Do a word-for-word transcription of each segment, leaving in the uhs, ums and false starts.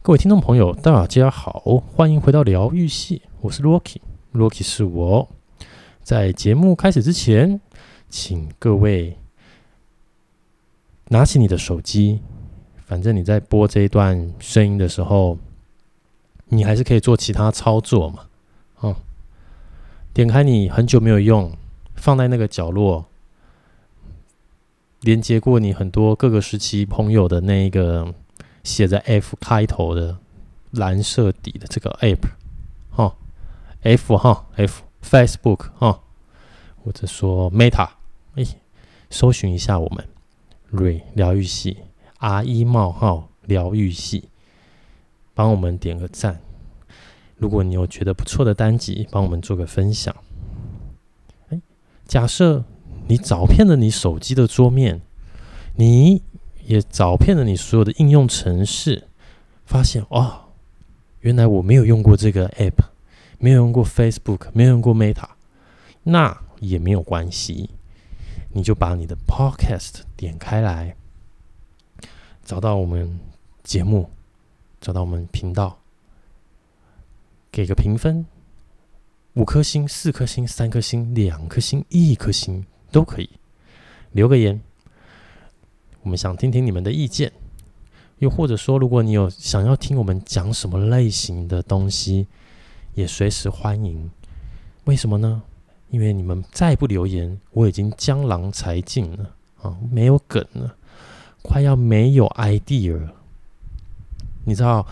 各位听众朋友，大家好，欢迎回到疗愈系，我是 Rocky，Rocky 是我。在节目开始之前，请各位拿起你的手机，反正你在播这一段声音的时候，你还是可以做其他操作嘛。哦，点开你很久没有用，放在那个角落，连接过你很多各个时期朋友的那一个写着 F 开头的蓝色底的这个 app， 哦 ，F 哈 F Facebook 哈，或者说 Meta， 哎，搜寻一下我们 Ray 疗愈系 R 一冒号疗愈系，帮我们点个赞。如果你有觉得不错的单集，帮我们做个分享。哎，假设你找遍了你手机的桌面，你也找遍了你所有的应用程式，发现哦，原来我没有用过这个 app， 没有用过 Facebook， 没有用过 Meta， 那也没有关系，你就把你的 Podcast 点开来，找到我们节目，找到我们频道，给个评分，五颗星、四颗星、三颗星、两颗星、一颗星都可以，留个言。我们想听听你们的意见，又或者说，如果你有想要听我们讲什么类型的东西，也随时欢迎。为什么呢？因为你们再不留言，我已经江郎才尽了啊，没有梗了，快要没有 idea 了。你知道，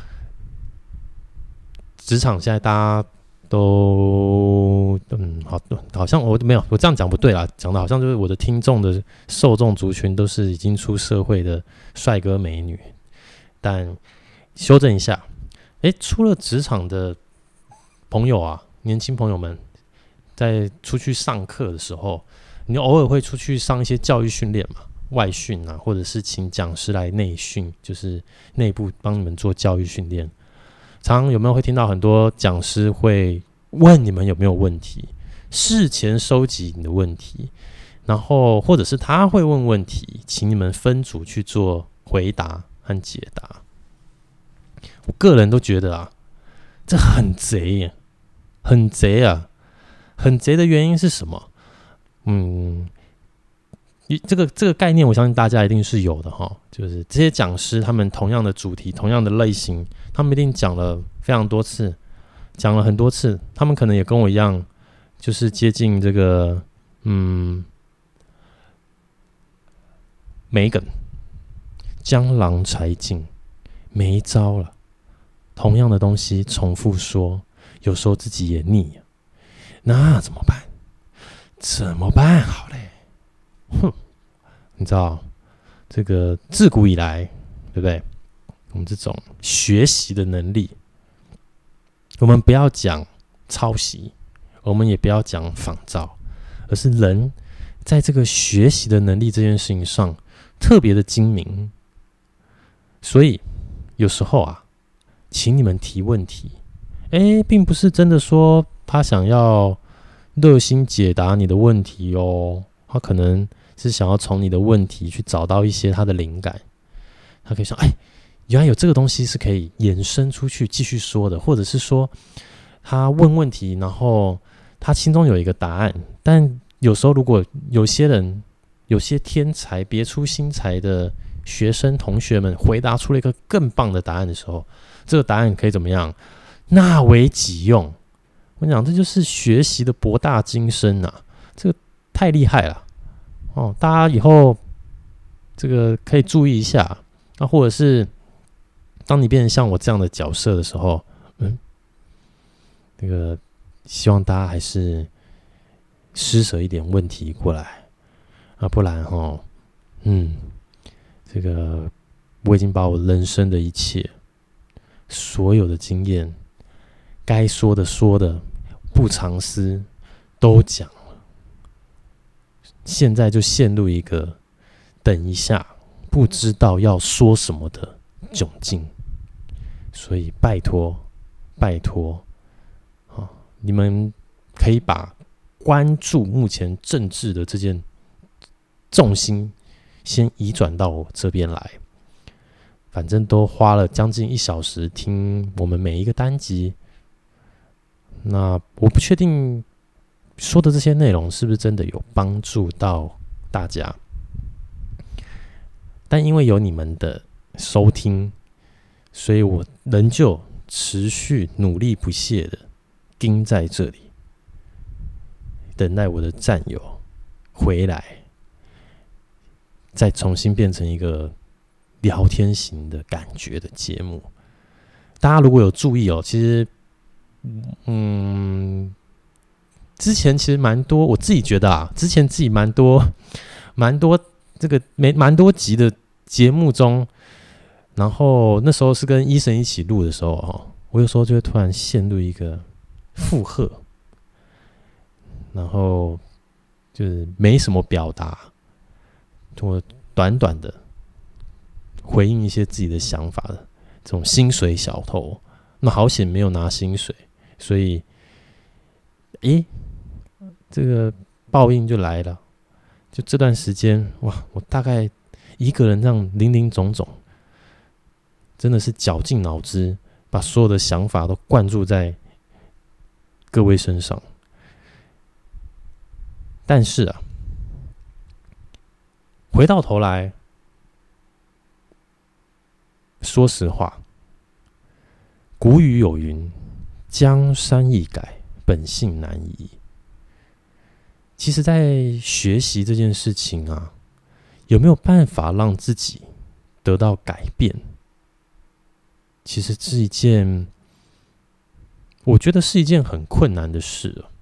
职场现在大家都嗯，好，好像我没有，我这样讲不对啦，讲的好像就是我的听众的受众族群都是已经出社会的帅哥美女，但修正一下，哎，出了职场的朋友啊，年轻朋友们，在出去上课的时候，你偶尔会出去上一些教育训练嘛，外训啊，或者是请讲师来内训，就是内部帮你们做教育训练。常常有没有会听到很多讲师会问你们有没有问题，事前收集你的问题，然后或者是他会问问题，请你们分组去做回答和解答。我个人都觉得啊，这很贼耶，很贼啊！很贼的原因是什么？嗯，这个这个概念，我相信大家一定是有的哈。就是这些讲师，他们同样的主题、同样的类型，他们一定讲了非常多次，讲了很多次。他们可能也跟我一样，就是接近这个嗯没梗、江郎才尽、没招了。同样的东西重复说，有时候自己也腻，那怎么办？怎么办好嘞？哼，你知道这个自古以来，对不对？我们这种学习的能力，我们不要讲抄袭，我们也不要讲仿造，而是人在这个学习的能力这件事情上特别的精明。所以有时候啊，请你们提问题，哎，并不是真的说他想要热心解答你的问题哦，他可能是想要从你的问题去找到一些他的灵感。他可以说，哎，原来有这个东西是可以延伸出去继续说的，或者是说他问问题，然后他心中有一个答案，但有时候如果有些人有些天才别出心裁的学生同学们回答出了一个更棒的答案的时候，这个答案可以怎么样纳为己用。我跟你讲，这就是学习的博大精深啊，这个太厉害了哦！大家以后这个可以注意一下。那或者是当你变成像我这样的角色的时候，嗯，那个希望大家还是施舍一点问题过来啊，不然哈，嗯，这个我已经把我人生的一切所有的经验，该说的说的，不藏私都讲了，现在就陷入一个等一下不知道要说什么的窘境，所以拜托拜托、哦、你们可以把关注目前政治的这件重心先移转到我这边来。 反正都花了将近一小时听我们每一个单集，那我不确定说的这些内容是不是真的有帮助到大家，但因为有你们的收听，所以我仍旧持续努力不懈的盯在这里，等待我的战友回来，再重新变成一个聊天型的感觉的节目。大家如果有注意哦，其实，嗯，之前其实蛮多，我自己觉得啊，之前自己蛮多、蛮多这个没蛮多集的节目中，然后那时候是跟医生一起录的时候哦，我有时候就会突然陷入一个负荷，然后就是没什么表达，我短短的回应一些自己的想法的这种薪水小偷，那好险没有拿薪水，所以，诶，这个报应就来了。就这段时间，哇，我大概一个人这样林林总总，真的是绞尽脑汁，把所有的想法都灌注在各位身上。但是啊，回到头来，说实话，古语有云：“江山易改，本性难移。”其实，在学习这件事情啊，有没有办法让自己得到改变？其实是一件，我觉得是一件很困难的事啊。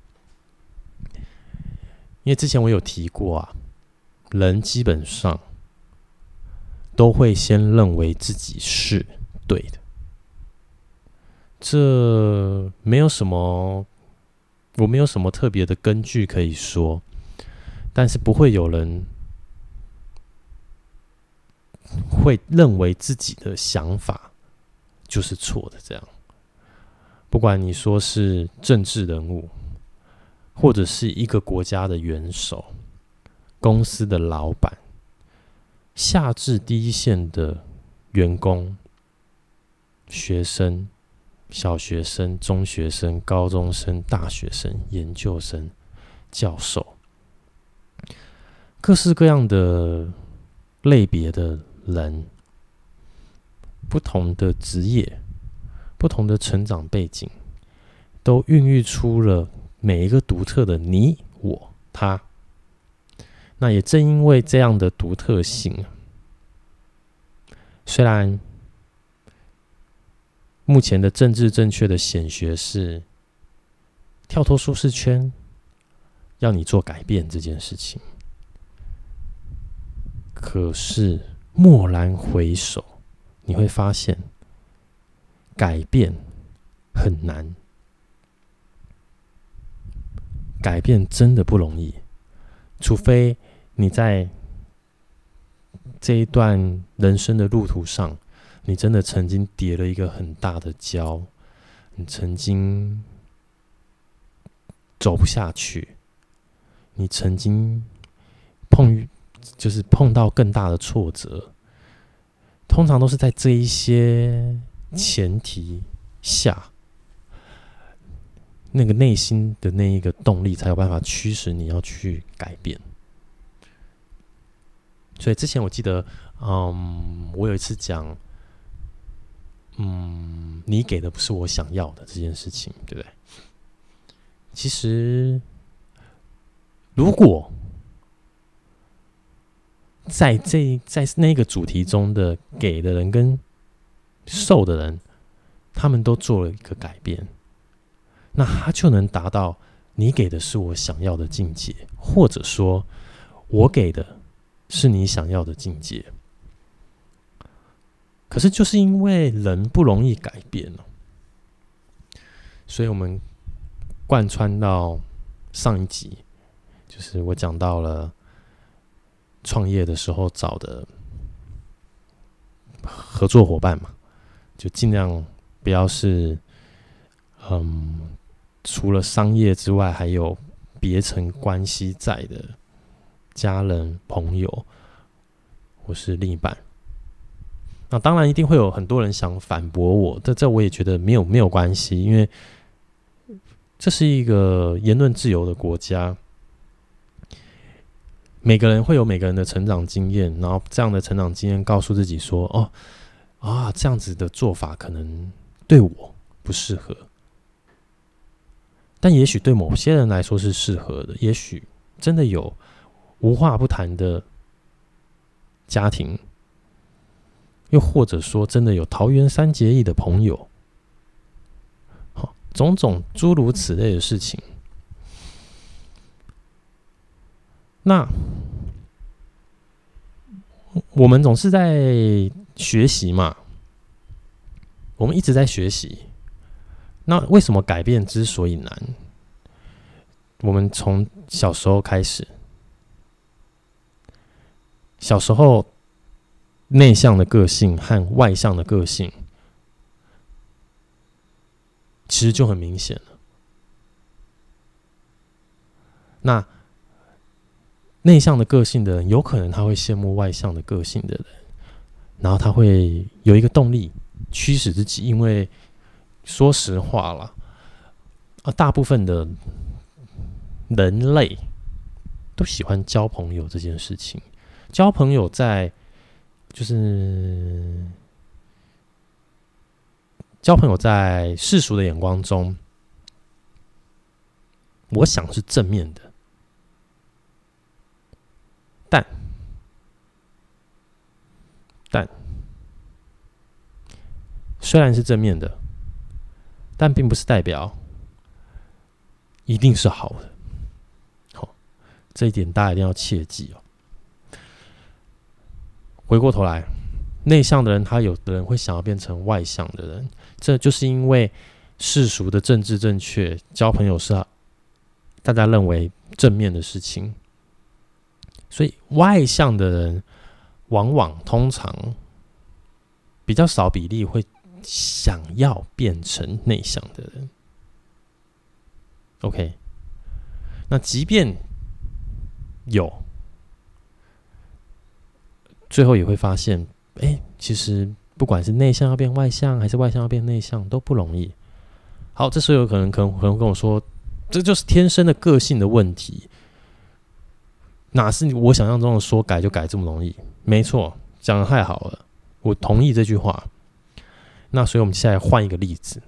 因为之前我有提过啊，人基本上都会先认为自己是对的，这没有什么，我没有什么特别的根据可以说，但是不会有人会认为自己的想法就是错的。这样，不管你说是政治人物，或者是一个国家的元首、公司的老板，下至第一线的员工、学生、小学生、中学生、高中生、大学生、研究生、教授，各式各样的类别的人，不同的职业、不同的成长背景，都孕育出了每一个独特的你、我、他。那也正因为这样的独特性，虽然目前的政治正确的显学是跳脱舒适圈，要你做改变这件事情，可是蓦然回首，你会发现改变很难，改变真的不容易，除非你在这一段人生的路途上，你真的曾经跌了一个很大的跤，你曾经走不下去，你曾经碰就是碰到更大的挫折，通常都是在这一些前提下，那个内心的那一个动力才有办法驱使你要去改变。所以之前我记得，嗯，我有一次讲，嗯，你给的不是我想要的这件事情，对不对？其实，如果在这在那个主题中的给的人跟受的人，他们都做了一个改变，那他就能达到你给的是我想要的境界，或者说，我给的是你想要的境界。可是就是因为人不容易改变，所以我们贯穿到上一集，就是我讲到了创业的时候找的合作伙伴嘛，就尽量不要是嗯，除了商业之外还有别层关系在的家人、朋友或是另一半。 那当然一定会有很多人想反驳我，这这我也觉得没有没有关系，因为这是一个言论自由的国家，每个人会有每个人的成长经验，然后这样的成长经验告诉自己说，哦啊，这样子的做法可能对我不适合，但也许对某些人来说是适合的，也许真的有无话不谈的家庭，又或者说真的有桃园三结义的朋友，种种诸如此类的事情。那我们总是在学习嘛，我们一直在学习。那为什么改变之所以难？我们从小时候开始，小时候内向的个性和外向的个性，其实就很明显了。那内向的个性的人，有可能他会羡慕外向的个性的人，然后他会有一个动力驱使自己，因为说实话啦，啊，大部分的人类都喜欢交朋友这件事情。交朋友在就是交朋友在世俗的眼光中，我想是正面的，但但虽然是正面的，但并不是代表一定是好的。好，这一点大家一定要切记哦。回过头来，内向的人，他有的人会想要变成外向的人，这就是因为世俗的政治正确，交朋友是大家认为正面的事情，所以外向的人往往通常比较少比例会想要变成内向的人。OK， 那即便有，最后也会发现，哎，其实不管是内向要变外向，还是外向要变内向，都不容易。好，这时候有可能可能可能跟我说，这就是天生的个性的问题，哪是我想象中的说改就改这么容易？没错，讲得太好了，我同意这句话。那所以我们现在换一个例子，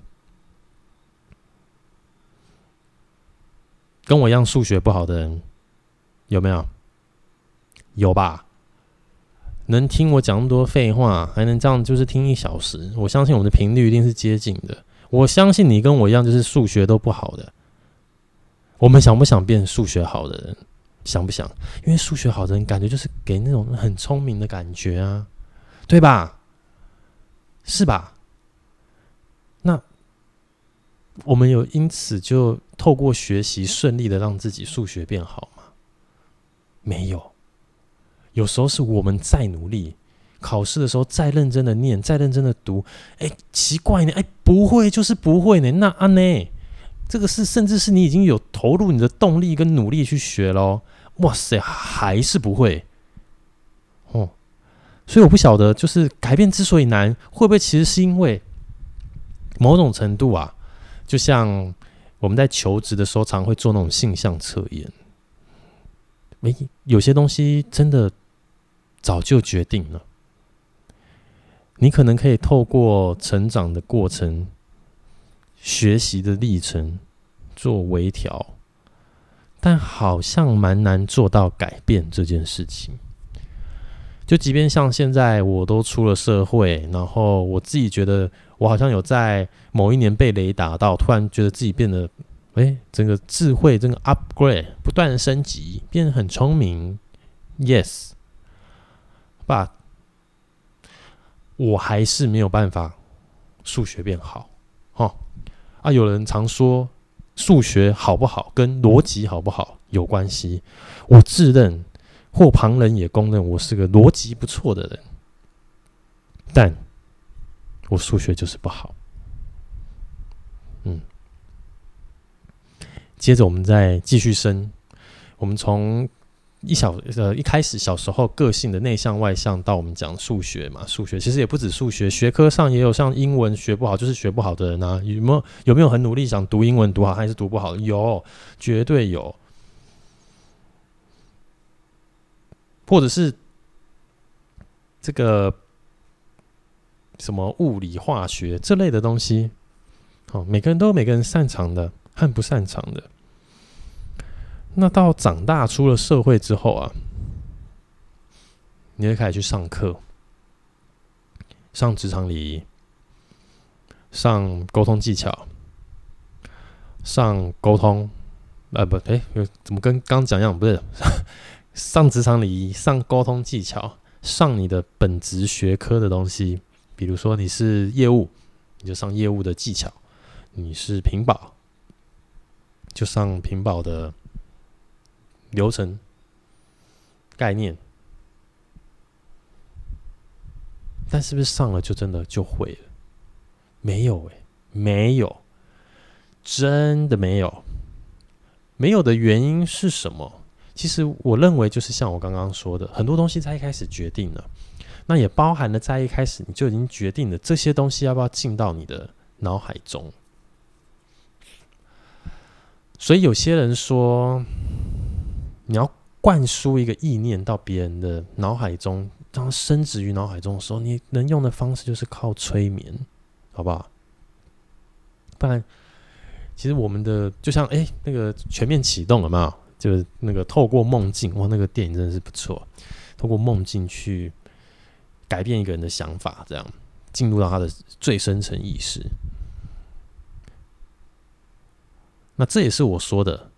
跟我一样数学不好的人有没有？有吧？能听我讲那么多废话，还能这样就是听一小时，我相信我们的频率一定是接近的。我相信你跟我一样，就是数学都不好的。我们想不想变数学好的人？想不想？因为数学好的人感觉就是给那种很聪明的感觉啊，对吧？是吧？那我们有因此就透过学习顺利的让自己数学变好吗？没有。有时候是我们再努力，考试的时候再认真的念，再认真的读，哎，奇怪呢，哎，不会就是不会呢，那啊呢，这个是甚至是你已经有投入你的动力跟努力去学咯，哇塞，还是不会，哦，所以我不晓得，就是改变之所以难，会不会其实是因为某种程度啊，就像我们在求职的时候，常会做那种性向测验，哎，有些东西真的早就决定了，你可能可以透过成长的过程、学习的历程做微调，但好像蛮难做到改变这件事情。就即便像现在我都出了社会，然后我自己觉得我好像有在某一年被雷打到，突然觉得自己变得，哎，整个智慧这个 upgrade 不断的升级，变得很聪明 ，yes， but 我还是没有办法数学变好，哦，啊，有人常说数学好不好跟逻辑好不好有关系，我自认或旁人也公认我是个逻辑不错的人，但我数学就是不好。嗯，接着我们再继续升，我们从一小呃一开始小时候个性的内向外向，到我们讲数学嘛，数学其实也不止数学，学科上也有像英文学不好就是学不好的人啊，有没有有没有很努力想读英文读好还是读不好？有，绝对有。或者是这个什么物理化学这类的东西，哦，每个人都有每个人擅长的和不擅长的。那到长大出了社会之后啊，你会开始去上课，上职场礼仪，上沟通技巧，上沟通，呃不，哎，怎么跟刚刚讲一样？不是，上职场礼仪，上沟通技巧，上你的本职学科的东西，比如说你是业务，你就上业务的技巧；你是品保，就上品保的流程概念。但是不是上了就真的就会了？没有哎、欸，没有，真的没有。没有的原因是什么？其实我认为就是像我刚刚说的，很多东西在一开始决定了，那也包含了在一开始你就已经决定了这些东西要不要进到你的脑海中。所以有些人说，你要灌输一个意念到别人的脑海中，当它深植于脑海中的时候，你能用的方式就是靠催眠，好不好？不然，其实我们的就像哎、欸，那个全面启动了嘛，就是那个透过梦境，哇，那个电影真的是不错，透过梦境去改变一个人的想法，这样进入到他的最深层意识。那这也是我说的，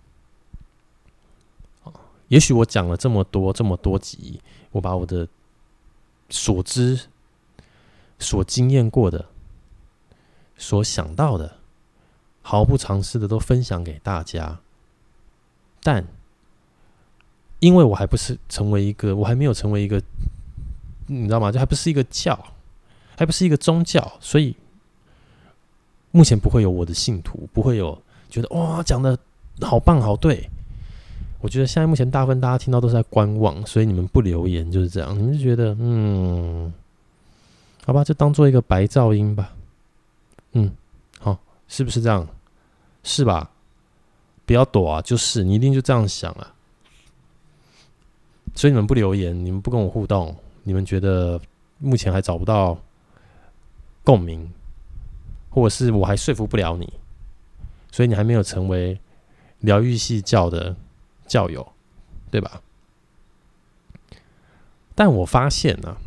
也许我讲了这么多这么多集，我把我的所知、所经验过的、所想到的，毫不藏私的都分享给大家。但因为我还不是成为一个，我还没有成为一个，你知道吗？就还不是一个教，还不是一个宗教，所以目前不会有我的信徒，不会有觉得哇讲的好棒好对。我觉得现在目前大部分大家听到都是在观望，所以你们不留言就是这样，你们就觉得嗯，好吧，就当做一个白噪音吧。嗯，好，是不是这样？是吧？不要躲啊，就是你一定就这样想啊。所以你们不留言，你们不跟我互动，你们觉得目前还找不到共鸣，或者是我还说服不了你，所以你还没有成为疗愈系教的教友，对吧？但我发现呢、啊，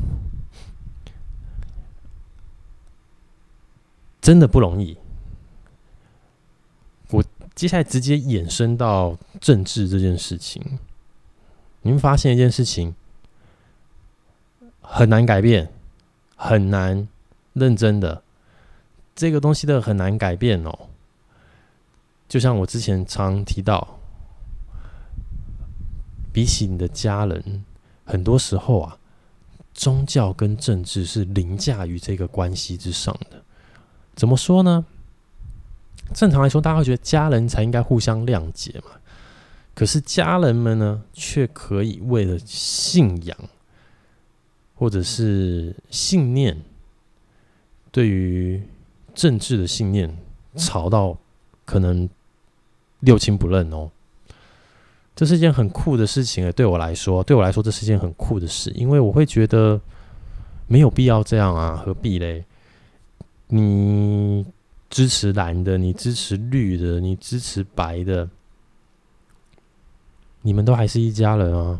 真的不容易。我接下来直接衍生到政治这件事情，你们发现一件事情很难改变，很难认真的，这个东西的很难改变哦。就像我之前常提到，比起你的家人，很多时候啊，宗教跟政治是凌驾于这个关系之上的。怎么说呢？正常来说，大家会觉得家人才应该互相谅解嘛。可是家人们呢，却可以为了信仰或者是信念，对于政治的信念，吵到可能六亲不认哦。这是一件很酷的事情，对我来说，对我来说，这是一件很酷的事，因为我会觉得没有必要这样啊，何必嘞？你支持蓝的，你支持绿的，你支持白的，你们都还是一家人啊。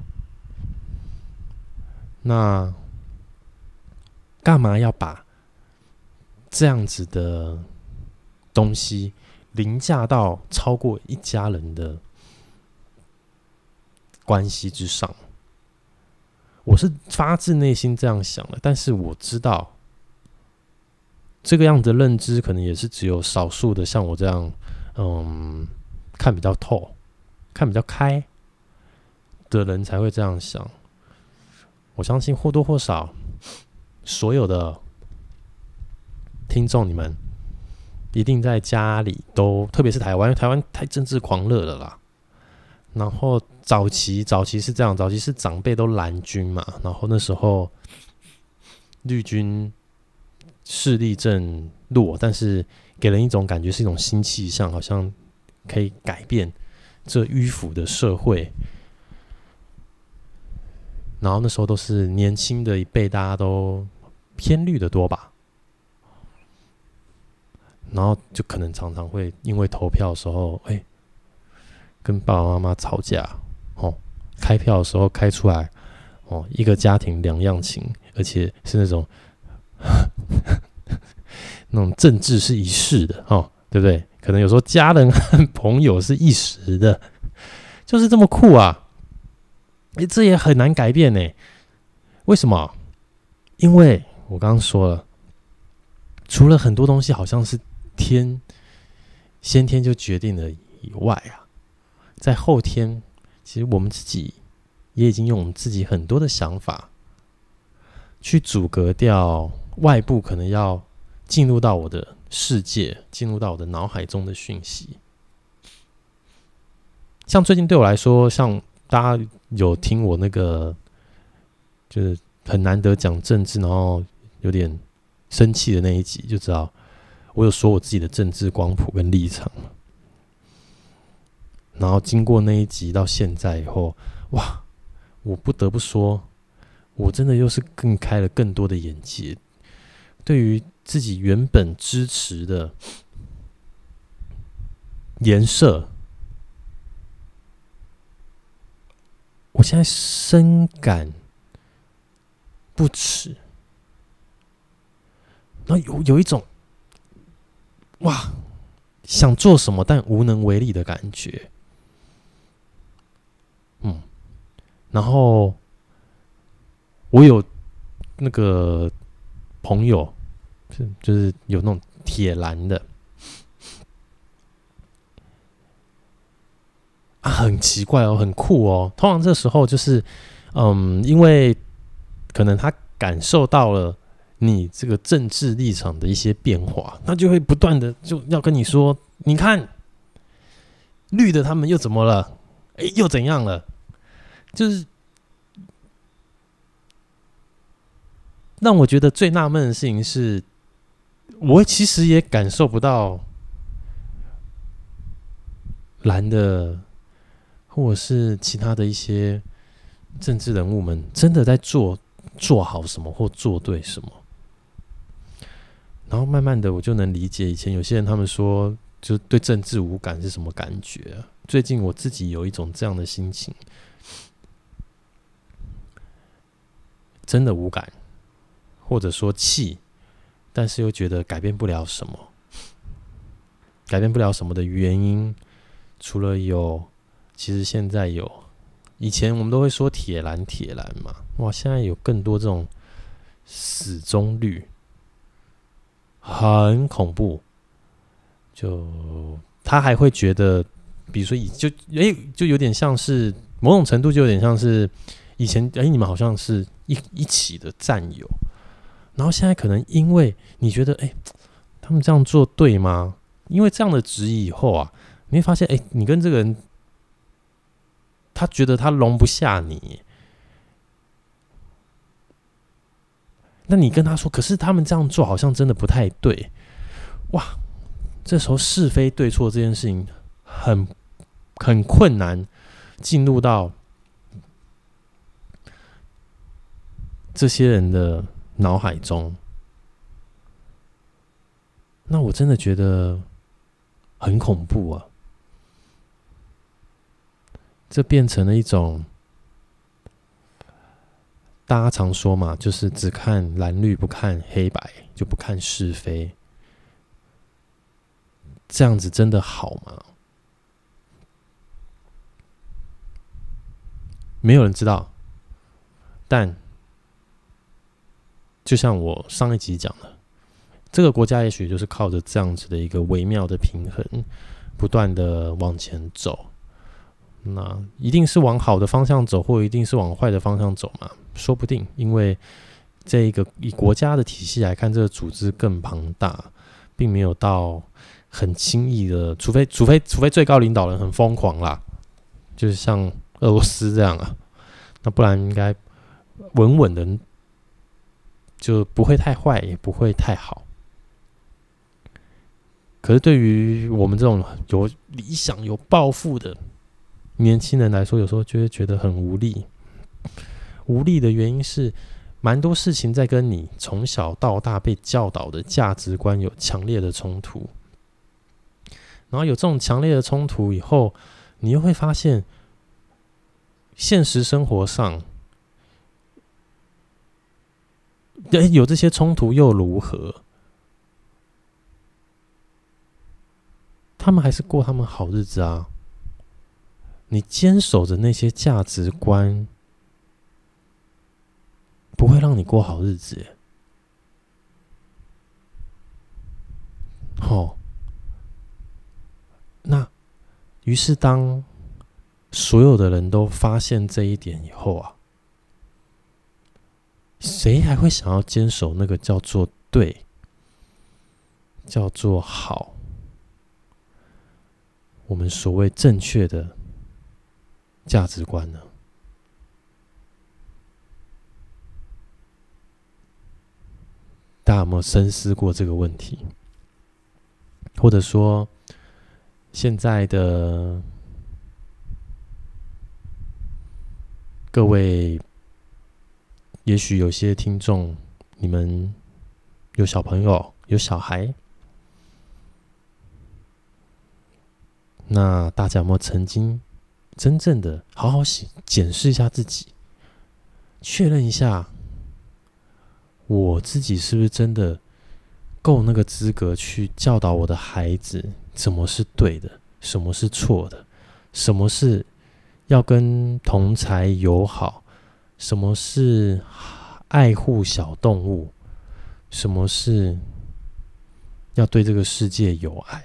那干嘛要把这样子的东西凌驾到超过一家人的关系之上？我是发自内心这样想的，但是我知道这个样的认知可能也是只有少数的像我这样，嗯，看比较透、看比较开的人才会这样想。我相信或多或少，所有的听众你们一定在家里都，特别是台湾，台湾太政治狂热了啦。然后早期早期是这样，早期是长辈都蓝军嘛，然后那时候绿军势力正弱，但是给人一种感觉是一种新气象，好像可以改变这迂腐的社会。然后那时候都是年轻的一辈，大家都偏绿的多吧。然后就可能常常会因为投票的时候，哎、欸，跟爸爸妈妈吵架，哦，开票的时候开出来，哦，一个家庭两样情，而且是那种那种政治是一世的，哦，对不对？可能有时候家人和朋友是一时的，就是这么酷啊！哎、欸，这也很难改变呢。为什么？因为我刚刚说了，除了很多东西好像是天先天就决定了以外啊，在后天，其实我们自己也已经用我们自己很多的想法去阻隔掉外部可能要进入到我的世界、进入到我的脑海中的讯息。像最近对我来说，像大家有听我那个就是很难得讲政治，然后有点生气的那一集，就知道我有说我自己的政治光谱跟立场。然后经过那一集到现在以后，哇，我不得不说，我真的又是更开了更多的眼界。对于自己原本支持的颜色，我现在深感不耻，然后有有一种哇，想做什么但无能为力的感觉。嗯，然后我有那个朋友，就是有那种铁蓝的啊，很奇怪哦，很酷哦。通常这时候就是，嗯，因为可能他感受到了你这个政治立场的一些变化，他就会不断的就要跟你说，你看绿的他们又怎么了？哎，又怎样了？就是让我觉得最纳闷的事情是，我其实也感受不到蓝的或者是其他的一些政治人物们真的在做做好什么或做对什么。然后慢慢的我就能理解以前有些人他们说就对政治无感是什么感觉啊。最近我自己有一种这样的心情，真的无感，或者说气，但是又觉得改变不了什么。改变不了什么的原因，除了有，其实现在有，以前我们都会说铁蓝铁蓝嘛，哇，现在有更多这种死忠绿，很恐怖。就他还会觉得，比如说以就哎、欸，就有点像是某种程度，就有点像是以前哎、欸，你们好像是一一起的战友，然后现在可能因为你觉得哎、欸，他们这样做对吗？因为这样的质疑以后啊，你会发现哎、欸，你跟这个人，他觉得他容不下你，那你跟他说，可是他们这样做好像真的不太对，哇！这时候是非对错这件事情很很困难进入到这些人的脑海中，那我真的觉得很恐怖啊！这变成了一种大家常说嘛，就是只看蓝绿不看黑白，就不看是非。这样子真的好吗？没有人知道，但就像我上一集讲的，这个国家也许就是靠着这样子的一个微妙的平衡，不断的往前走。那一定是往好的方向走，或一定是往坏的方向走嘛？说不定，因为这一个以国家的体系来看，这个组织更庞大，并没有到很轻易的，除非除非除非最高领导人很疯狂啦，就是像俄罗斯这样啊，那不然应该稳稳的，就不会太坏，也不会太好。可是对于我们这种有理想、有抱负的年轻人来说，有时候就会觉得很无力。无力的原因是，蛮多事情在跟你从小到大被教导的价值观有强烈的冲突。然后有这种强烈的冲突以后，你又会发现，现实生活上有这些冲突又如何？他们还是过他们好日子啊。你坚守着那些价值观，不会让你过好日子耶。哦，那于是当所有的人都发现这一点以后啊，谁还会想要坚守那个叫做对、叫做好、我们所谓正确的价值观呢？大家有没有深思过这个问题？或者说，现在的各位，也许有些听众，你们有小朋友、有小孩，那大家有没有曾经真正的好好检视一下自己，确认一下我自己是不是真的够那个资格去教导我的孩子什么是对的，什么是错的，什么是要跟同侪友好，什么是爱护小动物，什么是要对这个世界有爱。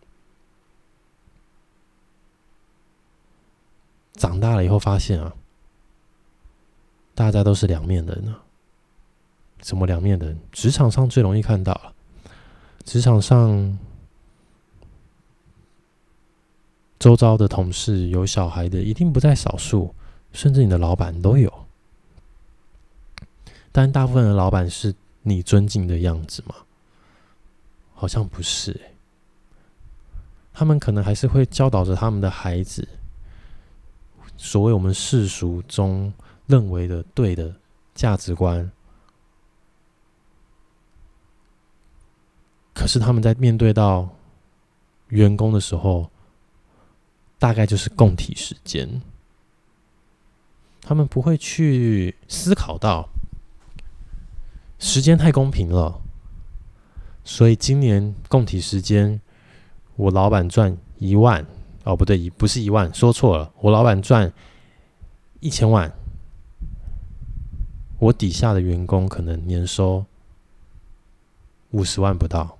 长大了以后发现啊，大家都是两面人啊。什么两面人？职场上最容易看到了。职场上周遭的同事有小孩的一定不在少数，甚至你的老板都有。但大部分的老板是你尊敬的样子吗？好像不是欸。他们可能还是会教导着他们的孩子所谓我们世俗中认为的对的价值观，可是他们在面对到员工的时候，大概就是共体时间。他们不会去思考到时间太公平了，所以今年共体时间，我老板赚一万，哦不对，不是一万，说错了，我老板赚一千万，我底下的员工可能年收五十万不到。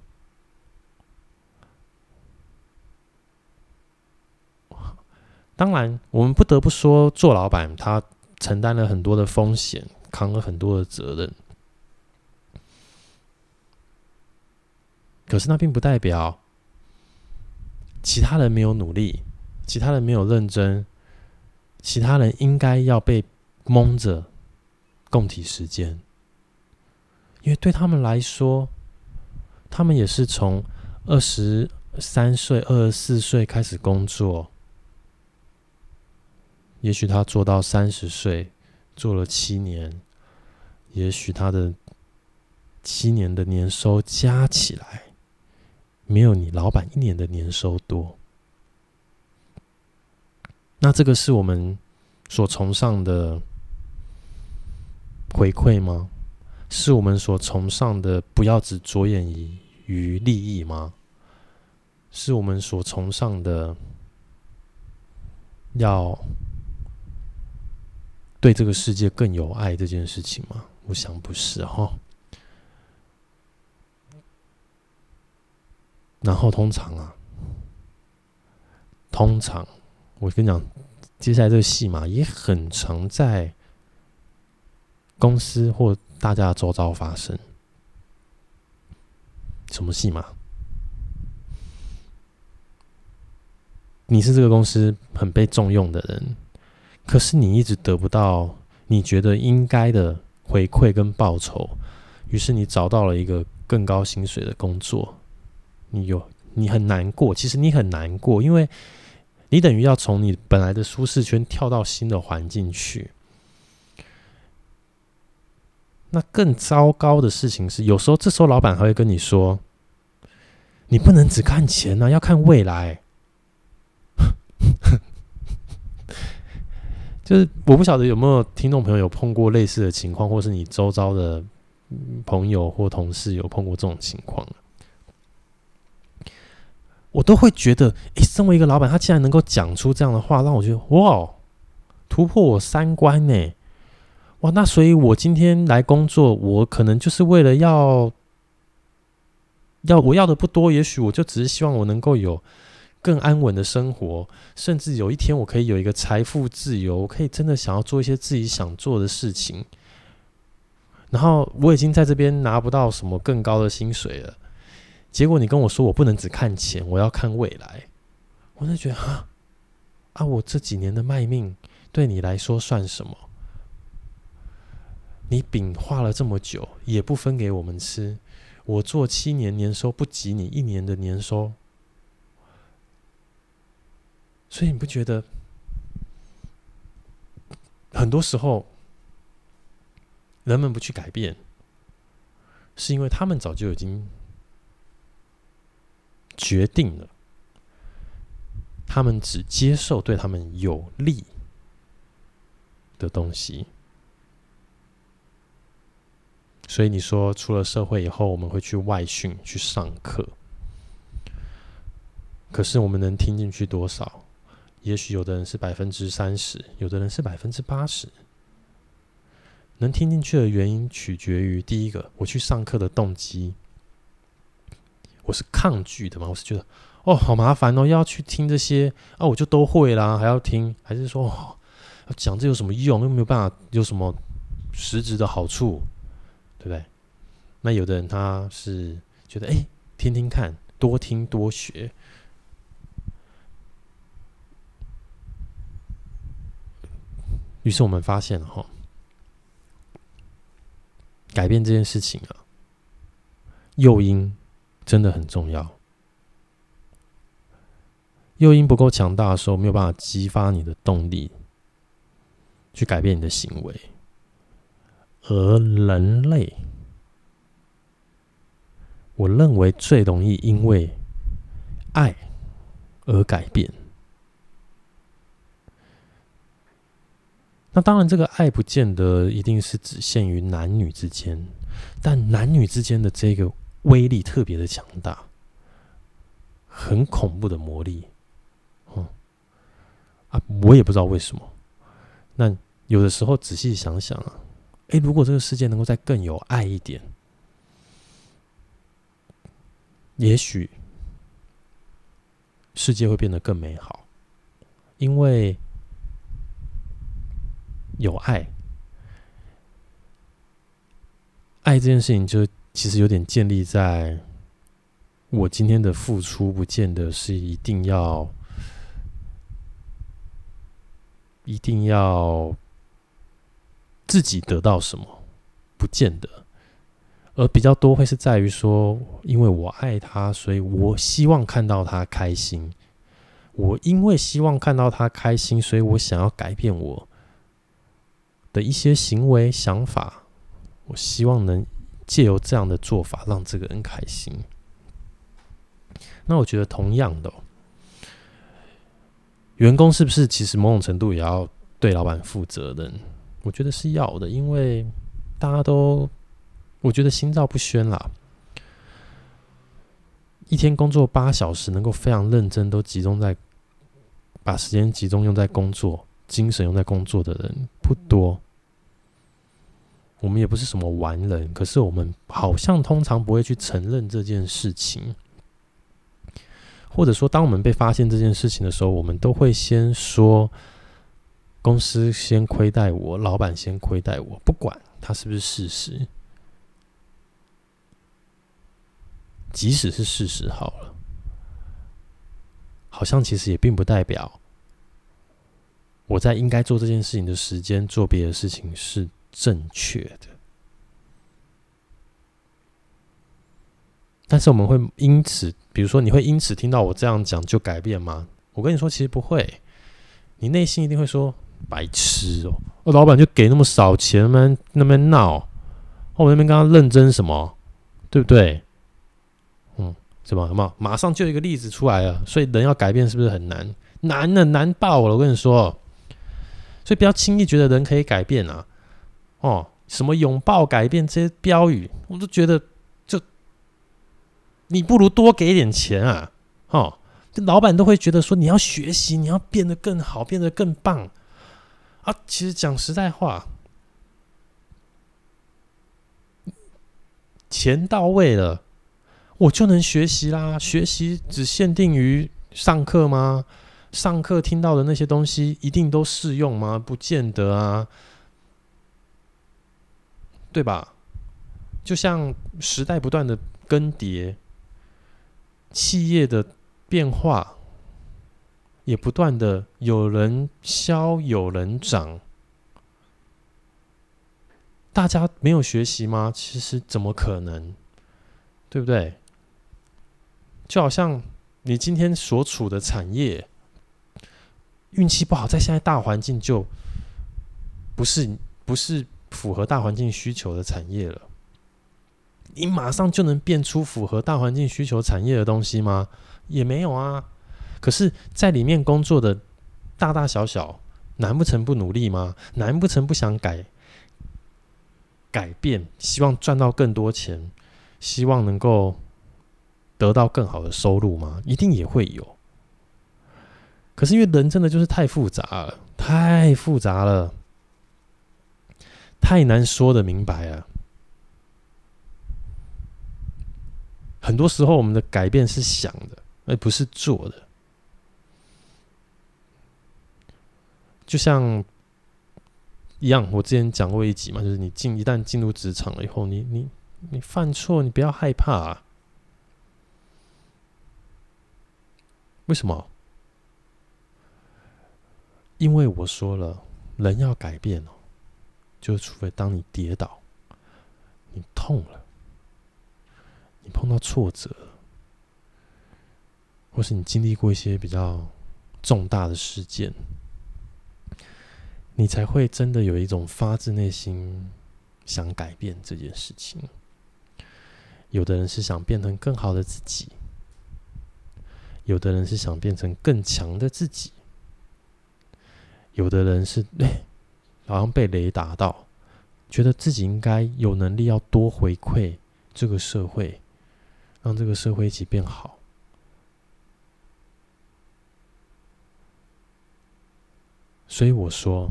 当然，我们不得不说，做老板他承担了很多的风险，扛了很多的责任。可是那并不代表其他人没有努力，其他人没有认真，其他人应该要被蒙着共体时间。因为对他们来说，他们也是从二十三岁、二十四岁开始工作，也许他做到三十岁，做了七年，也许他的七年的年收加起来，没有你老板一年的年收多。那这个是我们所崇尚的回馈吗？是我们所崇尚的不要只着眼于利益吗？是我们所崇尚的要对这个世界更有爱这件事情吗？我想不是哈。然后通常啊，通常我跟你讲，接下来这个戏码也很常在公司或大家的周遭发生。什么戏码？你是这个公司很被重用的人， 可是你一直得不到你觉得应该的回馈跟报酬，于是你找到了一个更高薪水的工作，你有你很难过，其实你很难过，因为你等于要从你本来的舒适圈跳到新的环境去。那更糟糕的事情是，有时候这时候老板还会跟你说，你不能只看钱啊，要看未来。就是我不晓得有没有听众朋友有碰过类似的情况，或是你周遭的朋友或同事有碰过这种情况，我都会觉得，诶，身为一个老板，他竟然能够讲出这样的话，让我觉得哇，突破我三观呢！哇，那所以我今天来工作，我可能就是为了要要我要的不多，也许我就只是希望我能够有更安稳的生活，甚至有一天我可以有一个财富自由，我可以真的想要做一些自己想做的事情。然后我已经在这边拿不到什么更高的薪水了，结果你跟我说我不能只看钱，我要看未来，我就觉得啊啊，我这几年的卖命对你来说算什么？你饼画了这么久，也不分给我们吃。我做七年年收不及你一年的年收，所以你不觉得很多时候人们不去改变，是因为他们早就已经决定了，他们只接受对他们有利的东西。所以你说出了社会以后，我们会去外训去上课，可是我们能听进去多少？也许有的人是百分之三十，有的人是百分之八十。能听进去的原因取决于第一个，我去上课的动机，我是抗拒的吗？我是觉得哦好麻烦哦，要去听这些啊，我就都会啦，还要听，还是说哦要讲这有什么用？又没有办法有什么实质的好处？对不对？那有的人他是觉得，哎，听听看，多听多学。于是我们发现了哈，改变这件事情啊，诱因真的很重要。诱因不够强大的时候，没有办法激发你的动力，去改变你的行为。而人类，我认为最容易因为爱而改变。那当然，这个爱不见得一定是只限于男女之间，但男女之间的这个威力特别的强大，很恐怖的魔力。嗯，啊，我也不知道为什么。那有的时候仔细想想啊，诶，如果这个世界能够再更有爱一点，也许世界会变得更美好，因为有爱，爱这件事情就其实有点建立在我今天的付出，不见得是一定要一定要自己得到什么，不见得，而比较多会是在于说，因为我爱他，所以我希望看到他开心。我因为希望看到他开心，所以我想要改变我的一些行为想法，我希望能借由这样的做法让这个人开心。那我觉得同样的、哦，员工是不是其实某种程度也要对老板负责任？我觉得是要的，因为大家都我觉得心照不宣啦。一天工作八小时，能够非常认真，都集中在把时间集中用在工作，精神用在工作的人不多。我们也不是什么完人，可是我们好像通常不会去承认这件事情，或者说，当我们被发现这件事情的时候，我们都会先说公司先亏待我，老板先亏待我，不管它是不是事实。即使是事实好了，好像其实也并不代表我在应该做这件事情的时间做别的事情是正确的。但是我们会因此，比如说你会因此听到我这样讲就改变吗？我跟你说，其实不会。你内心一定会说：“白痴哦，我老板就给那么少钱，那边那边闹，我那边跟他认真什么，对不对？”嗯，是吧？有没有？马上就有一个例子出来了。所以人要改变是不是很难？难的难爆了！我跟你说，所以不要轻易觉得人可以改变啊！哦，什么拥抱改变这些标语，我都觉得就你不如多给点钱啊！哦。老板都会觉得说你要学习，你要变得更好，变得更棒啊！其实讲实在话，钱到位了，我就能学习啦。学习只限定于上课吗？上课听到的那些东西一定都适用吗？不见得啊，对吧？就像时代不断的更迭，企业的变化也不断的有人消有人长，大家没有学习吗？其实怎么可能，对不对？就好像你今天所处的产业运气不好，在现在大环境就不是不是符合大环境需求的产业了，你马上就能变出符合大环境需求产业的东西吗？也没有啊。可是在里面工作的大大小小，难不成不努力吗？难不成不想改改变，希望赚到更多钱，希望能够得到更好的收入吗？一定也会有。可是因为人真的就是太复杂了，太复杂了，太难说的明白了。很多时候我们的改变是想的，而不是做的。就像一样，我之前讲过一集嘛，就是你进一旦进入职场了以后，你你你犯错，你不要害怕啊。为什么？因为我说了，人要改变哦，就除非当你跌倒，你痛了，你碰到挫折，或是你经历过一些比较重大的事件，你才会真的有一种发自内心想改变这件事情。有的人是想变成更好的自己，有的人是想变成更强的自己，有的人是、欸、好像被雷打到，觉得自己应该有能力要多回馈这个社会，让这个社会一起变好。所以我说，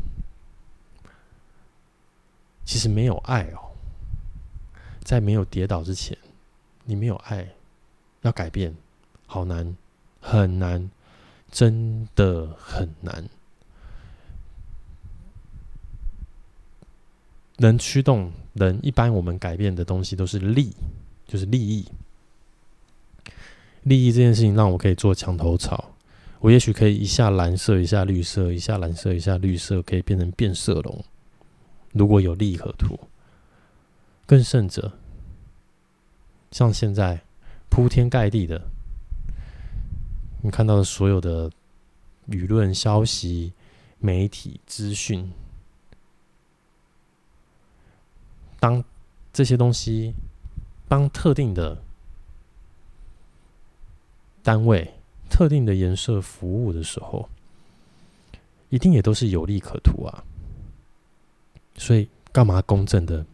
其实没有爱哦，在没有跌倒之前，你没有爱，要改变，好难，很难，真的很难。能驱动人，一般我们改变的东西都是利，就是利益。利益这件事情让我可以做墙头草，我也许可以一下蓝色，一下绿色，一下蓝色，一下绿色，可以变成变色龙。如果有利可图，更甚者，像现在铺天盖地的，你看到的所有的舆论、消息、媒体、资讯，当这些东西帮特定的单位、特定的颜色服务的时候，一定也都是有利可图啊。所以干嘛公正的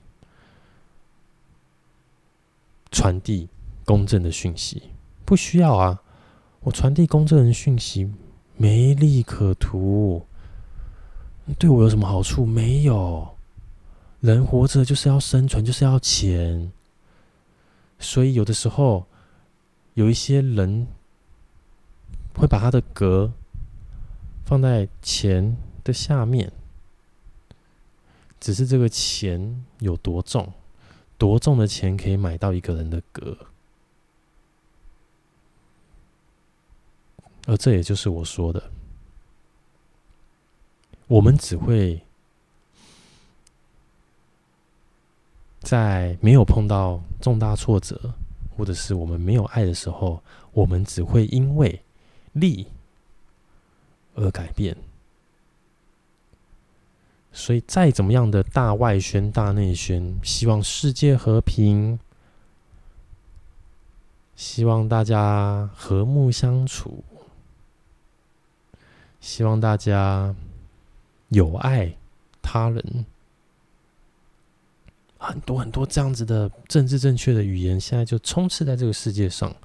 传递公正的讯息？不需要啊！我传递公正的讯息没利可图，对我有什么好处？没有。人活着就是要生存，就是要钱。所以有的时候有一些人会把他的格放在钱的下面，只是这个钱有多重，多重的钱可以买到一个人的格。而这也就是我说的， 我们只会在没有碰到重大挫折，或者是我们没有爱的时候，我们只会因为利而改变。所以再怎么样的大外宣大内宣，希望世界和平，希望大家和睦相处，希望大家有爱他人，很多很多这样子的政治正确的语言现在就充斥在这个世界上。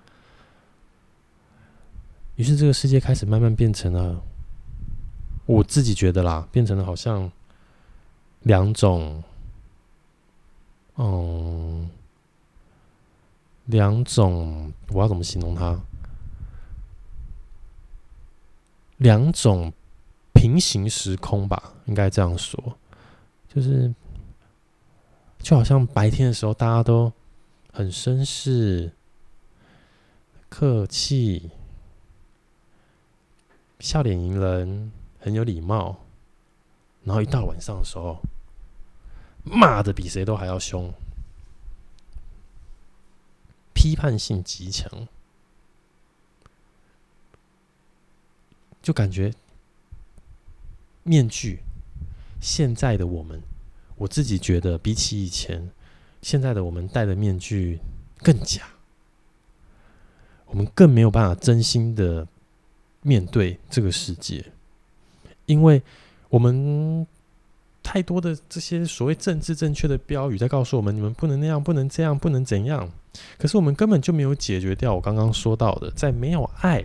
于是这个世界开始慢慢变成了，我自己觉得啦，变成了好像两种，嗯，两种，我要怎么形容它？两种平行时空吧，应该这样说，就是就好像白天的时候大家都很绅士、客气、笑脸迎人，很有礼貌，然后一到晚上的时候，骂的比谁都还要凶，批判性极强，就感觉面具，现在的我们，我自己觉得比起以前，现在的我们戴的面具更假，我们更没有办法真心的面对这个世界，因为我们太多的这些所谓政治正确的标语在告诉我们，你们不能那样，不能这样，不能怎样。可是我们根本就没有解决掉我刚刚说到的，在没有爱，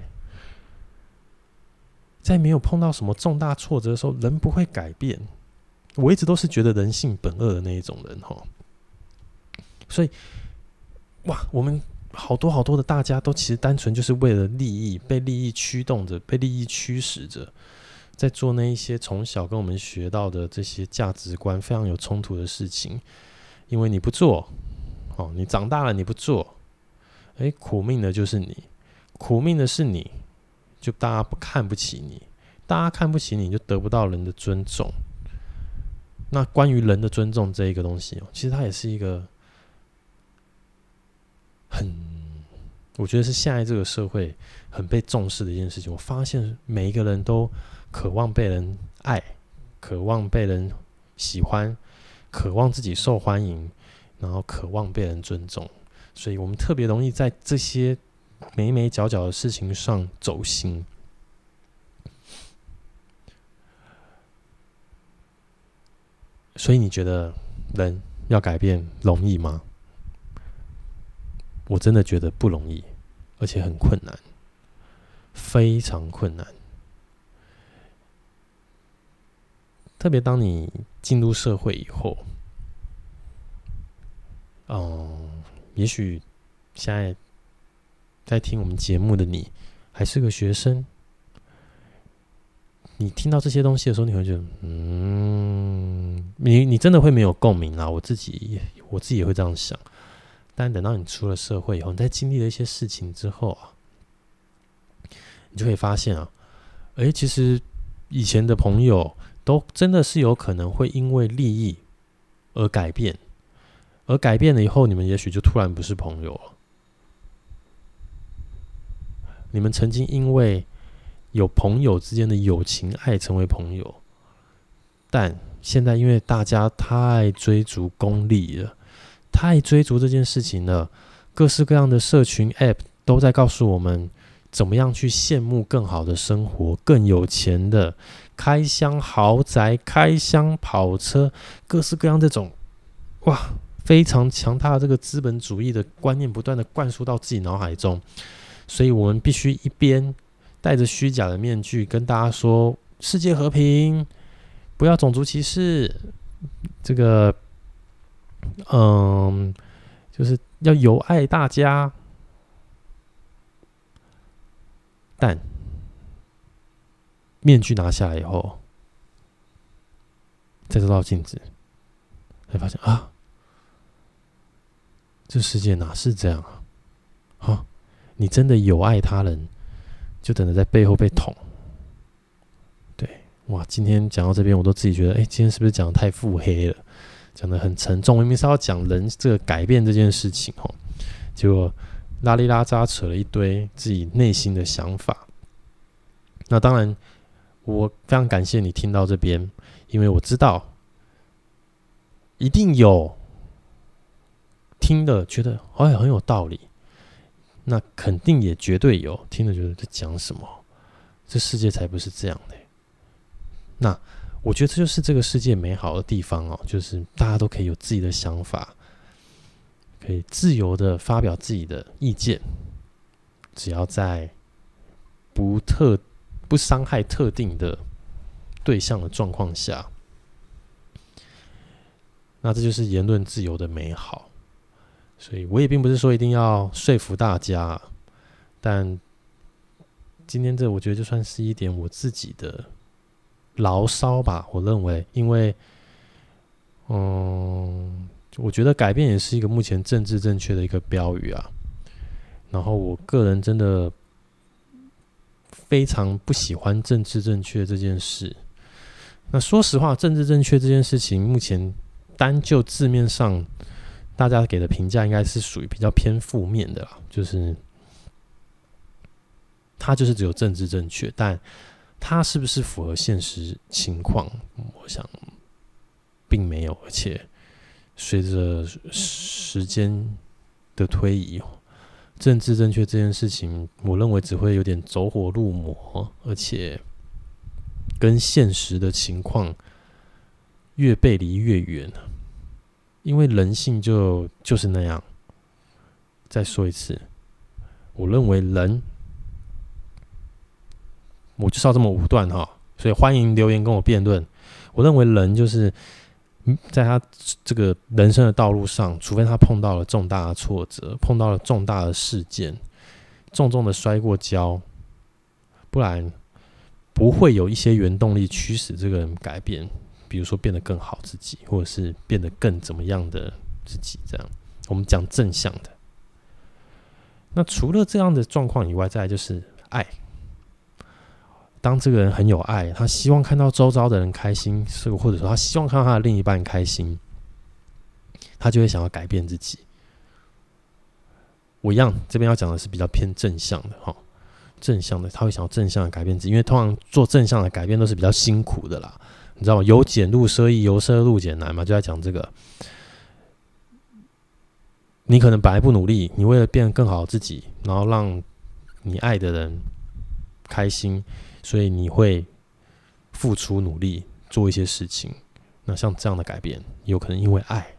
在没有碰到什么重大挫折的时候，人不会改变。我一直都是觉得人性本恶的那一种人齁，所以哇，我们好多好多的大家都其实单纯就是为了利益，被利益驱动着，被利益驱使着，在做那一些从小跟我们学到的这些价值观非常有冲突的事情。因为你不做，哦，你长大了你不做，哎，苦命的就是你，苦命的是你，就大家不看不起你，大家看不起你，就得不到人的尊重。那关于人的尊重这一个东西，其实它也是一个很，我觉得是现在这个社会很被重视的一件事情。我发现每一个人都渴望被人爱，渴望被人喜欢，渴望自己受欢迎，然后渴望被人尊重。所以我们特别容易在这些眉眉角角的事情上走心。所以你觉得人要改变容易吗？我真的觉得不容易，而且很困难，非常困难。特别当你进入社会以后，嗯，也许现在在听我们节目的你还是个学生，你听到这些东西的时候，你会觉得，嗯，你你真的会没有共鸣啦。我自己我自己也会这样想。但等到你出了社会以后，你在经历了一些事情之后啊，你就会发现啊，哎，其实以前的朋友都真的是有可能会因为利益而改变，而改变了以后，你们也许就突然不是朋友了。你们曾经因为有朋友之间的友情爱成为朋友，但现在因为大家太追逐功利了，太追逐这件事情了，各式各样的社群 App 都在告诉我们怎么样去羡慕更好的生活，更有钱的，开箱豪宅，开箱跑车，各式各样这种哇非常强大的这个资本主义的观念不断的灌输到自己脑海中。所以我们必须一边戴着虚假的面具跟大家说世界和平，不要种族歧视，这个嗯，就是要友爱大家。但面具拿下来以后，再照照镜子，才发现啊，这世界哪是这样啊？啊，你真的友爱他人，就等着在背后被捅。对， 哇，今天讲到这边，我都自己觉得，哎，今天是不是讲得太腹黑了？讲得很沉重，明明是要讲人这个改变这件事情哦，结果拉里拉扎扯了一堆自己内心的想法。那当然，我非常感谢你听到这边，因为我知道一定有听了觉得哎很有道理，那肯定也绝对有听了觉得在讲什么，这世界才不是这样的。那我觉得这就是这个世界美好的地方哦，就是大家都可以有自己的想法，可以自由的发表自己的意见，只要在不特不伤害特定的对象的状况下，那这就是言论自由的美好。所以我也并不是说一定要说服大家，但今天这我觉得就算是一点我自己的牢骚吧。我认为，因为，嗯，我觉得改变也是一个目前政治正确的一个标语啊。然后我个人真的非常不喜欢政治正确这件事。那说实话，政治正确这件事情，目前单就字面上大家给的评价，应该是属于比较偏负面的啦，就是它就是只有政治正确，但它是不是符合现实情况，我想并没有。而且随着时间的推移，政治正确这件事情，我认为只会有点走火入魔，而且跟现实的情况越背离越远。因为人性就就是那样。再说一次，我认为人，我就是要这么武断哈，所以欢迎留言跟我辩论。我认为人就是在他这个人生的道路上，除非他碰到了重大的挫折，碰到了重大的事件，重重的摔过跤，不然不会有一些原动力驱使这个人改变。比如说变得更好自己，或者是变得更怎么样的自己，这样我们讲正向的。那除了这样的状况以外，再来就是爱。当这个人很有爱，他希望看到周遭的人开心，或者说他希望看到他的另一半开心，他就会想要改变自己。我一样这边要讲的是比较偏正向的哈，正向的他会想要正向的改变自己，因为通常做正向的改变都是比较辛苦的啦。你知道吗？由俭入奢易，由奢入俭难嘛，就在讲这个。你可能本来不努力，你为了变得更好的自己，然后让你爱的人开心，所以你会付出努力做一些事情。那像这样的改变，有可能因为爱。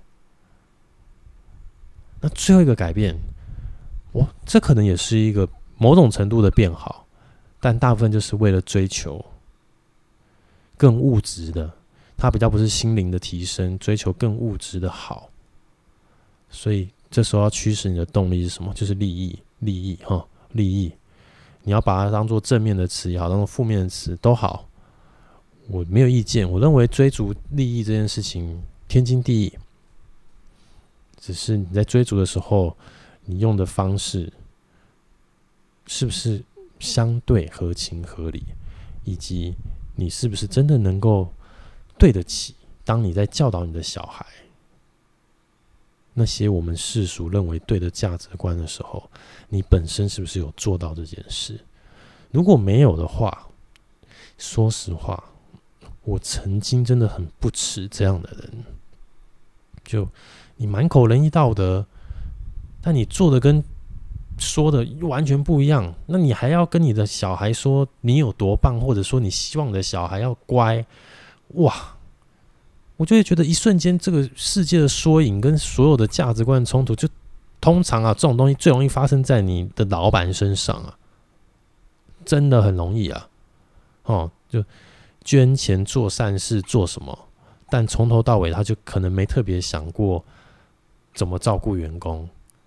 那最后一个改变，哇，这可能也是一个某种程度的变好，但大部分就是为了追求更物质的，它比较不是心灵的提升，追求更物质的好。所以这时候要驱使你的动力是什么？就是利益，利益哈，利益。你要把它当做正面的词也好，当做负面的词都好，我没有意见。我认为追逐利益这件事情天经地义，只是你在追逐的时候，你用的方式是不是相对合情合理，以及你是不是真的能够对得起当你在教导你的小孩那些我们世俗认为对的价值观的时候，你本身是不是有做到这件事？如果没有的话，说实话，我曾经真的很不耻这样的人。就你满口仁义道德，但你做的跟说的又完全不一样，那你还要跟你的小孩说你有多棒，或者说你希望你的小孩要乖，哇！我就会觉得一瞬间这个世界的缩影跟所有的价值观的冲突，就通常啊这种东西最容易发生在你的老板身上啊，真的很容易啊。哦，就捐钱做善事做什么，但从头到尾他就可能没特别想过怎么照顾员工，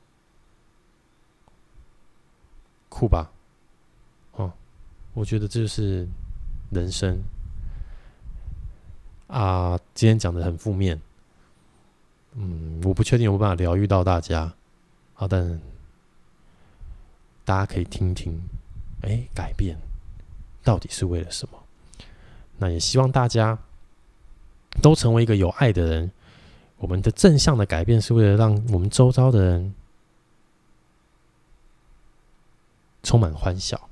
酷吧？哦，我觉得这就是人生。啊，今天讲的很负面，嗯，我不确定有没有办法疗愈到大家，好，但大家可以听听，哎，改变到底是为了什么？ 那也希望大家都成为一个有爱的人。我们的正向的改变是为了让我们周遭的人充满欢笑，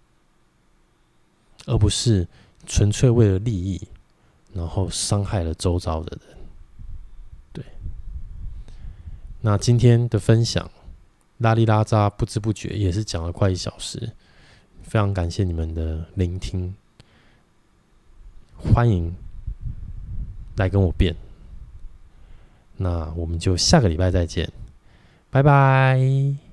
而不是纯粹为了利益，然后伤害了周遭的人。对，那今天的分享拉里拉扎，不知不觉也是讲了快一小时，非常感谢你们的聆听，欢迎来跟我辩。那我们就下个礼拜再见，拜拜。